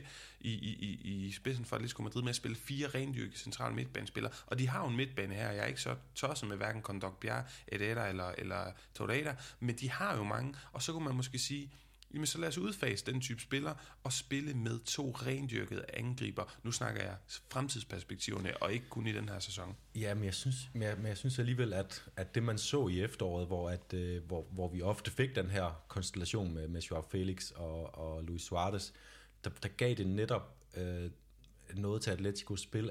i spidsen for Atletico Madrid med at spille 4 rendyrke centrale midtbanespillere, og de har jo en midtbane her. Jeg er ikke så tosset med hverken Kondogbia, Herrera eller Torreira, men de har jo mange, og så kunne man måske sige, jamen så lad os udfase den type spiller og spille med 2 rendyrkede angriber. Nu snakker jeg fremtidsperspektiverne, og ikke kun i den her sæson. Ja, men jeg synes alligevel, at det man så i efteråret, hvor vi ofte fik den her konstellation med Joao Felix og Luis Suarez, der gav det netop noget til Atleticos spil,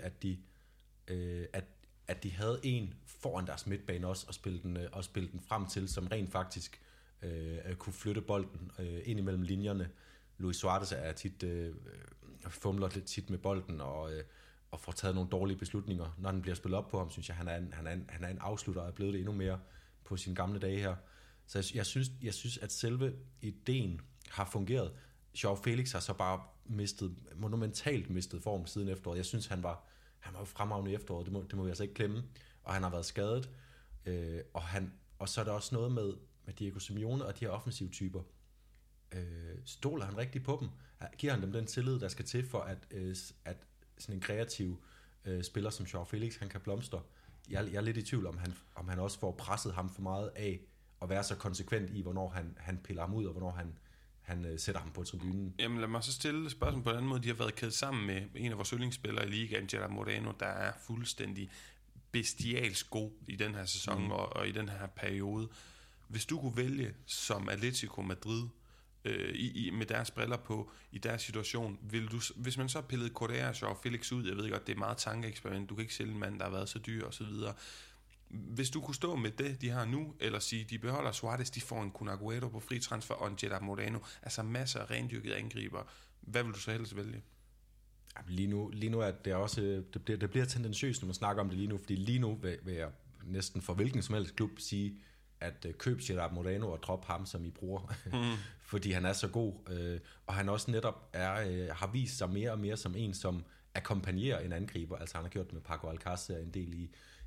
at de havde en foran deres midtbane også, og spille den frem til, som rent faktisk kunne flytte bolden ind imellem linjerne. Luis Suarez er tit fumler lidt tit med bolden og får taget nogle dårlige beslutninger. Når den bliver spillet op på ham, synes jeg, han er en afslutter og er blevet det endnu mere på sine gamle dage her. Så jeg synes, at selve ideen har fungeret. Joao Felix har så bare monumentalt mistet form siden efteråret. Jeg synes, han var jo fremragende i efteråret, det må vi altså ikke glemme. Og han har været skadet. Og så er der også noget med Diego Simeone og de her offensive typer. Stoler han rigtig på dem? Giver han dem den tillid, der skal til for, at sådan en kreativ spiller som Joao Felix, han kan blomstre? Jeg er lidt i tvivl, om han også får presset ham for meget af at være så konsekvent i, hvornår han piller ham ud, og hvornår han sætter ham på tribunen. Jamen lad mig så stille spørgsmål på en anden måde. De har været kædet sammen med en af vores yndlingsspillere i ligaen, Gerard Moreno, der er fuldstændig bestialsk god i den her sæson og i den her periode. Hvis du kunne vælge som Atletico Madrid med deres briller på i deres situation, vil du, hvis man så pillede Correa og Joao Felix ud, jeg ved godt, det er meget tankeeksperiment, du kan ikke sælge en mand, der har været så dyr og så videre. Hvis du kunne stå med det, de har nu, eller sige, de beholder Suarez, de får en Kun Agüero på fri transfer og en Gerard Moreno, altså masser af rendyrkede angriber, hvad vil du så helst vælge? Lige nu er det også, det bliver tendensiøst, når man snakker om det lige nu, fordi lige nu vil jeg næsten for hvilken som helst klub sige, at køb Gerard Moreno og drop ham, som I bruger, fordi han er så god, og han også netop har vist sig mere og mere som en, som akkompagnerer en angriber, altså han har gjort det med Paco Alcácer en del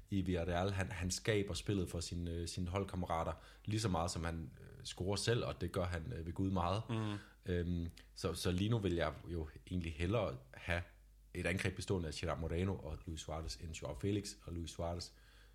i Villarreal. Han skaber spillet for sine holdkammerater lige så meget, som han scorer selv, og det gør han ved Gud meget. Så lige nu vil jeg jo egentlig hellere have et angreb bestående af Gerard Moreno og Luis Suarez end Joao Felix og Luis Suarez.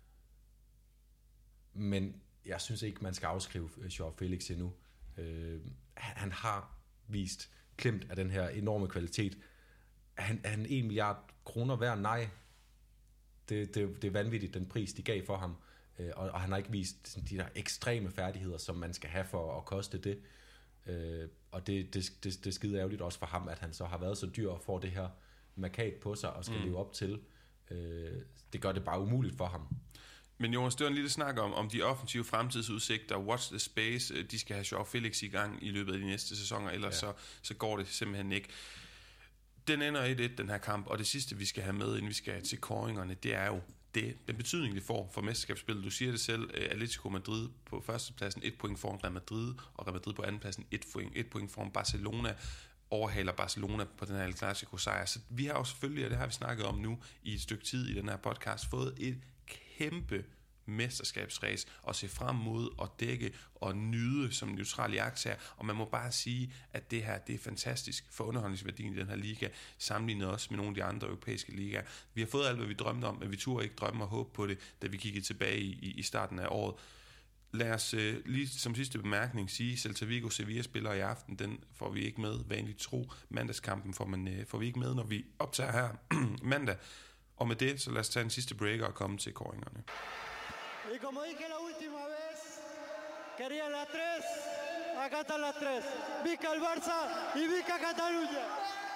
Men jeg synes ikke, man skal afskrive Joao Felix endnu. Han har vist klemt af den her enorme kvalitet. Er han 1 milliard kroner værd? Nej. Det er vanvittigt, den pris, de gav for ham. Og han har ikke vist de der ekstreme færdigheder, som man skal have for at koste det. Og det er skide ærgerligt også for ham, at han så har været så dyr og får det her markat på sig og skal leve op til. Det gør det bare umuligt for ham. Men Jonas, det var en lille snak om de offensive fremtidsudsigter. Watch the space. De skal have Joao Felix i gang i løbet af de næste sæsoner, ellers så går det simpelthen ikke. Den ender 1-1, den her kamp, og det sidste, vi skal have med, inden vi skal til kåringerne, det er jo den betydning, det får for mesterskabsspillet. Du siger det selv, Atletico Madrid på førstepladsen 1 point foran Real Madrid, og Real Madrid på andenpladsen 1 point foran Barcelona, overhaler Barcelona på den her El Clasico-sejr. Så vi har jo selvfølgelig, og det har vi snakket om nu i et stykke tid i den her podcast, fået et kæmpe mesterskabsræs og se frem mod og dække og nyde som neutral iagttager, og man må bare sige, at det her, det er fantastisk for underholdningsværdien i den her liga, sammenlignet også med nogle af de andre europæiske ligaer. Vi har fået alt, hvad vi drømte om, men vi turde ikke drømme og håbe på det, da vi kiggede tilbage i starten af året. Lad os lige som sidste bemærkning sige, Celta Vigo Sevilla spiller i aften, den får vi ikke med, vanligt tro. Mandagskampen får vi ikke med, når vi optager her mandag. Og med det, så lad os tage en sidste breaker og komme til kåringerne. Y como dije la última vez, quería la 3, acá están las 3. Vica el Barça y Vica Cataluña.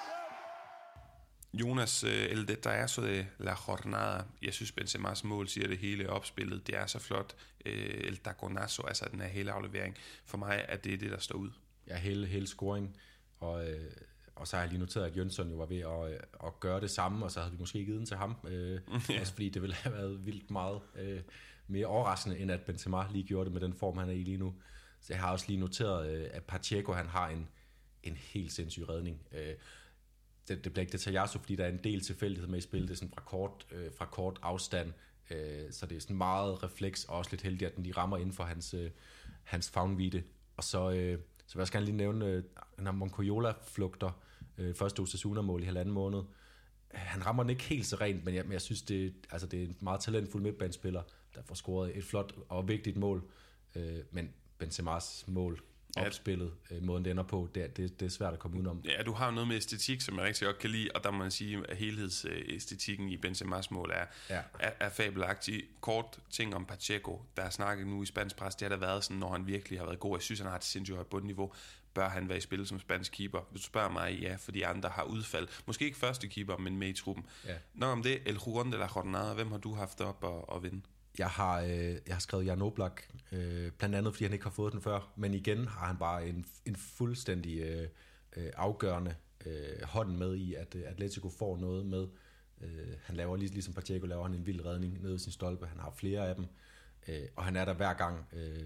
Jonas, el detallazo de la jornada. Jeg synes, Benzema's mål siger det hele opspillet. Det er så flot. El taconazo, altså den her hele aflevering. For mig er det det, der står ud. Ja, hele scoring. Og så har jeg lige noteret, at Jønsson jo var ved at gøre det samme, og så havde vi måske givet den til ham. Også fordi det ville have været vildt meget mere overraskende, end at Benzema lige gjorde det med den form, han er i lige nu. Så jeg har også lige noteret, at Pacheco, han har en helt sindssyg redning. Det bliver ikke detaljazo, fordi der er en del tilfældighed med i spillet. Det er sådan fra kort afstand, så det er sådan meget refleks, og også lidt heldigt, at den lige rammer inden for hans favnvidde. Og så vil jeg også gerne lige nævne, når Moncoyola flugter første Osasuna-mål i 1,5 måned. Han rammer den ikke helt så rent, men jeg synes, det er en meget talentfuld midtbanespiller, der får scoret et flot og vigtigt mål. Men Benzema's mål, opspillet, måden det ender på, det er svært at komme udenom. Ja, du har jo noget med æstetik, som jeg rigtig godt kan lide, og der må man sige, at helhedsæstetikken i Benzema's mål er fabelagtig. Kort ting om Pacheco, der er snakket nu i spansk pres, det har der været sådan, når han virkelig har været god. Jeg synes, han har et sindssygt højt bundniveau. Bør han være i spil som spansk keeper? Hvis du spørger mig, ja, fordi andre har udfald. Måske ikke første keeper, men med i truppen. Ja. Nok om det, El Jurón de la Jornada, hvem har du haft op at vinde? Jeg har skrevet Jan Oblak, blandt andet fordi han ikke har fået den før, men igen har han bare en fuldstændig afgørende hånd med i, at Atletico får noget med. Han laver ligesom Pacheco, laver han en vild redning nede i sin stolpe, han har flere af dem, og han er der hver gang,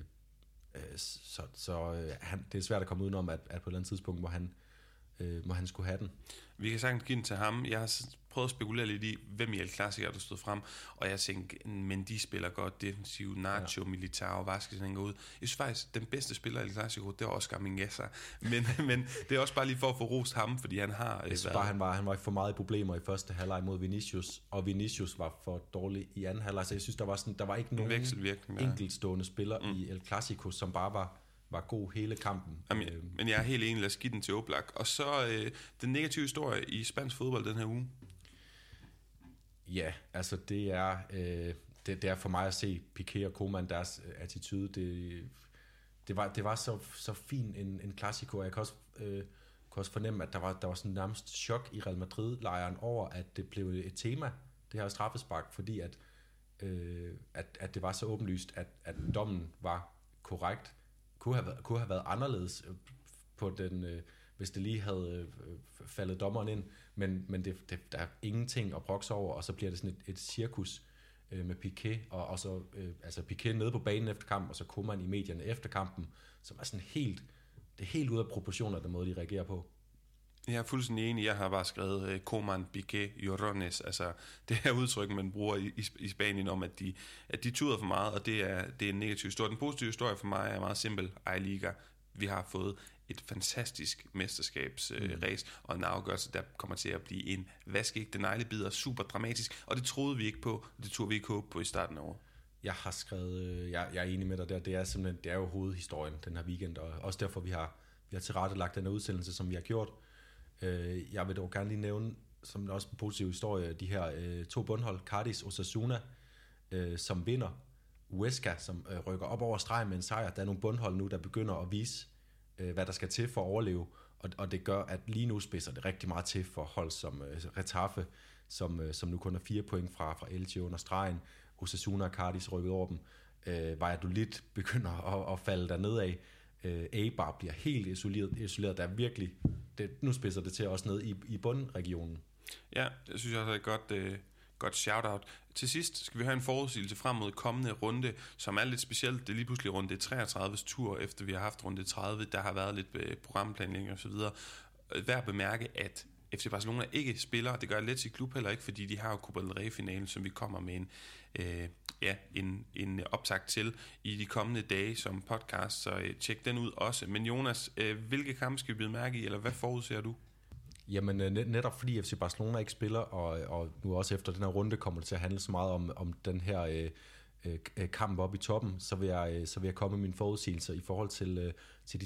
så det er svært at komme udenom, at på et eller andet tidspunkt må han skulle have den. Vi kan sagtens give den til ham. Jeg har prøvet at spekulere lidt i, hvem i El Clasico der stod frem, og jeg tænkte, Mendy spiller godt defensivt, Nacho, Militao, Vázquez hænger ud. Jeg synes faktisk, den bedste spiller i El Clasico, det var Oscar Mingueza, men det er også bare lige for at få rost ham, fordi han har... Jeg synes bare, han var for meget problemer i første halvleg mod Vinicius, og Vinicius var for dårlig i anden halvleg, så jeg synes, der var ikke nogen enkeltstående spiller i El Clasico, som bare var god hele kampen. Jamen, men jeg er helt enig, lad os give den til Oblak. Og så den negative historie i spansk fodbold den her uge. Ja, altså det er for mig at se Piqué og Koeman, deres attitude. Det var så fin en klassiko. Jeg kan også fornemme, at der var sådan nærmest chok i Real Madrid-lejren over, at det blev et tema, det her straffespark, fordi at det var så åbenlyst, at dommen var korrekt. Kunne have været anderledes på den, hvis det lige havde faldet dommeren ind, men der er ingenting at brokse over, og så bliver det sådan et cirkus med Piqué, og så altså Piqué nede på banen efter kampen, og så kommer man i medierne efter kampen, som er sådan helt ude af proportioner, den måde de reagerer på. Jeg er fuldstændig enig. Jeg har bare skrevet Coman, Piqué, Llorones, altså det her udtryk, man bruger i Spanien om, at de tuder for meget, og det er en negativ historie. Den positive historie for mig er meget simpel. I-Liga. Vi har fået et fantastisk mesterskabsræs og en afgørelse, der kommer til at blive en vaskeægte neglebider, super dramatisk, og det troede vi ikke på, og det turde vi ikke håbe på i starten af året. Jeg har skrevet, jeg er enig med dig der, det er simpelthen, det er jo hovedhistorien den her weekend, og også derfor vi har tilrettelagt den her udsendelse, som vi har gjort. Jeg vil dog gerne lige nævne, som også en positiv historie, de her 2 bundhold, Cardis og Osasuna, som vinder, Huesca, som rykker op over stregen med en sejr. Der er nogle bundhold nu, der begynder at vise, hvad der skal til for at overleve, og det gør, at lige nu spidser det rigtig meget til for hold som Getafe, som nu kun er 4 point fra Elche under stregen. Osasuna og Cardis rykket over dem. Valladolid begynder at falde dernede af. Eibar bliver helt isoleret. Der er virkelig, nu spidser det til også ned i bundregionen. Ja, det synes jeg også er et godt shout-out. Til sidst skal vi have en forudsigelse frem mod kommende runde, som er lidt specielt. Det er lige pludselig runde 33's tur, efter vi har haft runde 30. Der har været lidt programplanlægning og så videre. Værd at bemærke, at FC Barcelona ikke spiller, det gør Atleti Klub heller ikke, fordi de har jo Copa del Rey-finalen, som vi kommer med en optakt til i de kommende dage som podcast, så tjek den ud også. Men Jonas, hvilke kampe skal vi bide mærke i, eller hvad forudser du? Jamen netop fordi FC Barcelona ikke spiller, og nu også efter den her runde kommer det til at handle så meget om den her kamp oppe i toppen, så vil jeg komme med mine forudsigelser i forhold til de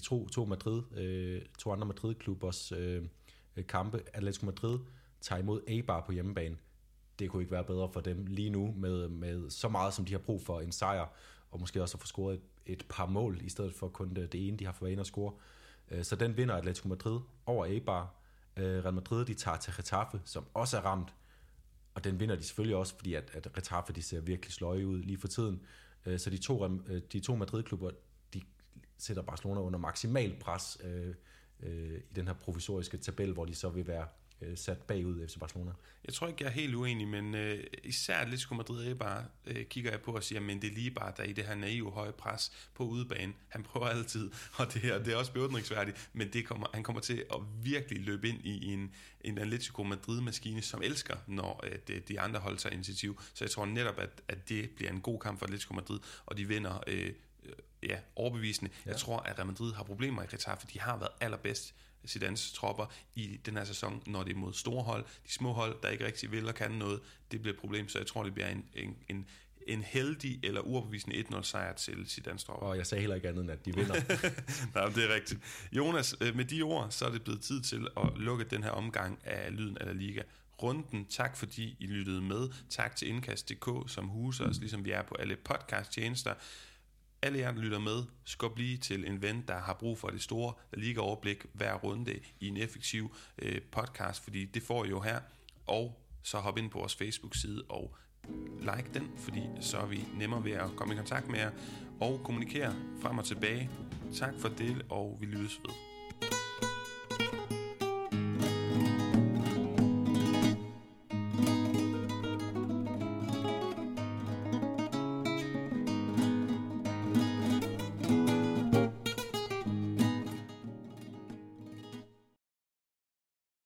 to andre Madrid-klubbers kampe. Atletico Madrid tager imod Eibar på hjemmebane. Det kunne ikke være bedre for dem lige nu med så meget, som de har brug for en sejr, og måske også at få scoret et par mål, i stedet for kun det ene, de har for vane at score. Så den vinder Atletico Madrid over Eibar. Real Madrid, de tager til Getafe, som også er ramt, og den vinder de selvfølgelig også, fordi at Getafe, de ser virkelig sløje ud lige for tiden. Så de to Madrid-klubber, de sætter Barcelona under maksimal pres i den her provisoriske tabel, hvor de så vil være sat bagud FC Barcelona. Jeg tror ikke, jeg er helt uenig, men især Atletico Madrid bare kigger jeg på og siger, men det er lige bare der i det her naive høje pres på udebane. Han prøver altid, og det er også beundringsværdigt, men han kommer til at virkelig løbe ind i en Atletico Madrid-maskine, som elsker, når de andre hold tager initiativ. Så jeg tror netop, at det bliver en god kamp for Atletico Madrid, og de vinder overbevisende. Ja. Jeg tror, at Real Madrid har problemer i Getafe. De har været allerbedst Zidanes tropper i den her sæson, når det er mod store hold. De små hold, der ikke rigtig vil og kan noget, det bliver et problem. Så jeg tror, det bliver en heldig eller uoverbevisende 1-0 sejr til Zidanes tropper. Og jeg sagde heller ikke andet end, at de vinder. Nej, det er rigtigt. Jonas, med de ord, så er det blevet tid til at lukke den her omgang af Lyden af La Liga. Runden. Tak fordi I lyttede med. Tak til Indkast.dk, som huser os, ligesom vi er på alle podcast-tjenester. Alle jer, der lytter med, skub lige til en ven, der har brug for det store La Liga-overblik hver runde i en effektiv podcast, fordi det får I jo her. Og så hop ind på vores Facebook-side og like den, fordi så er vi nemmere ved at komme i kontakt med jer og kommunikere frem og tilbage. Tak for det, og vi lyttes ved.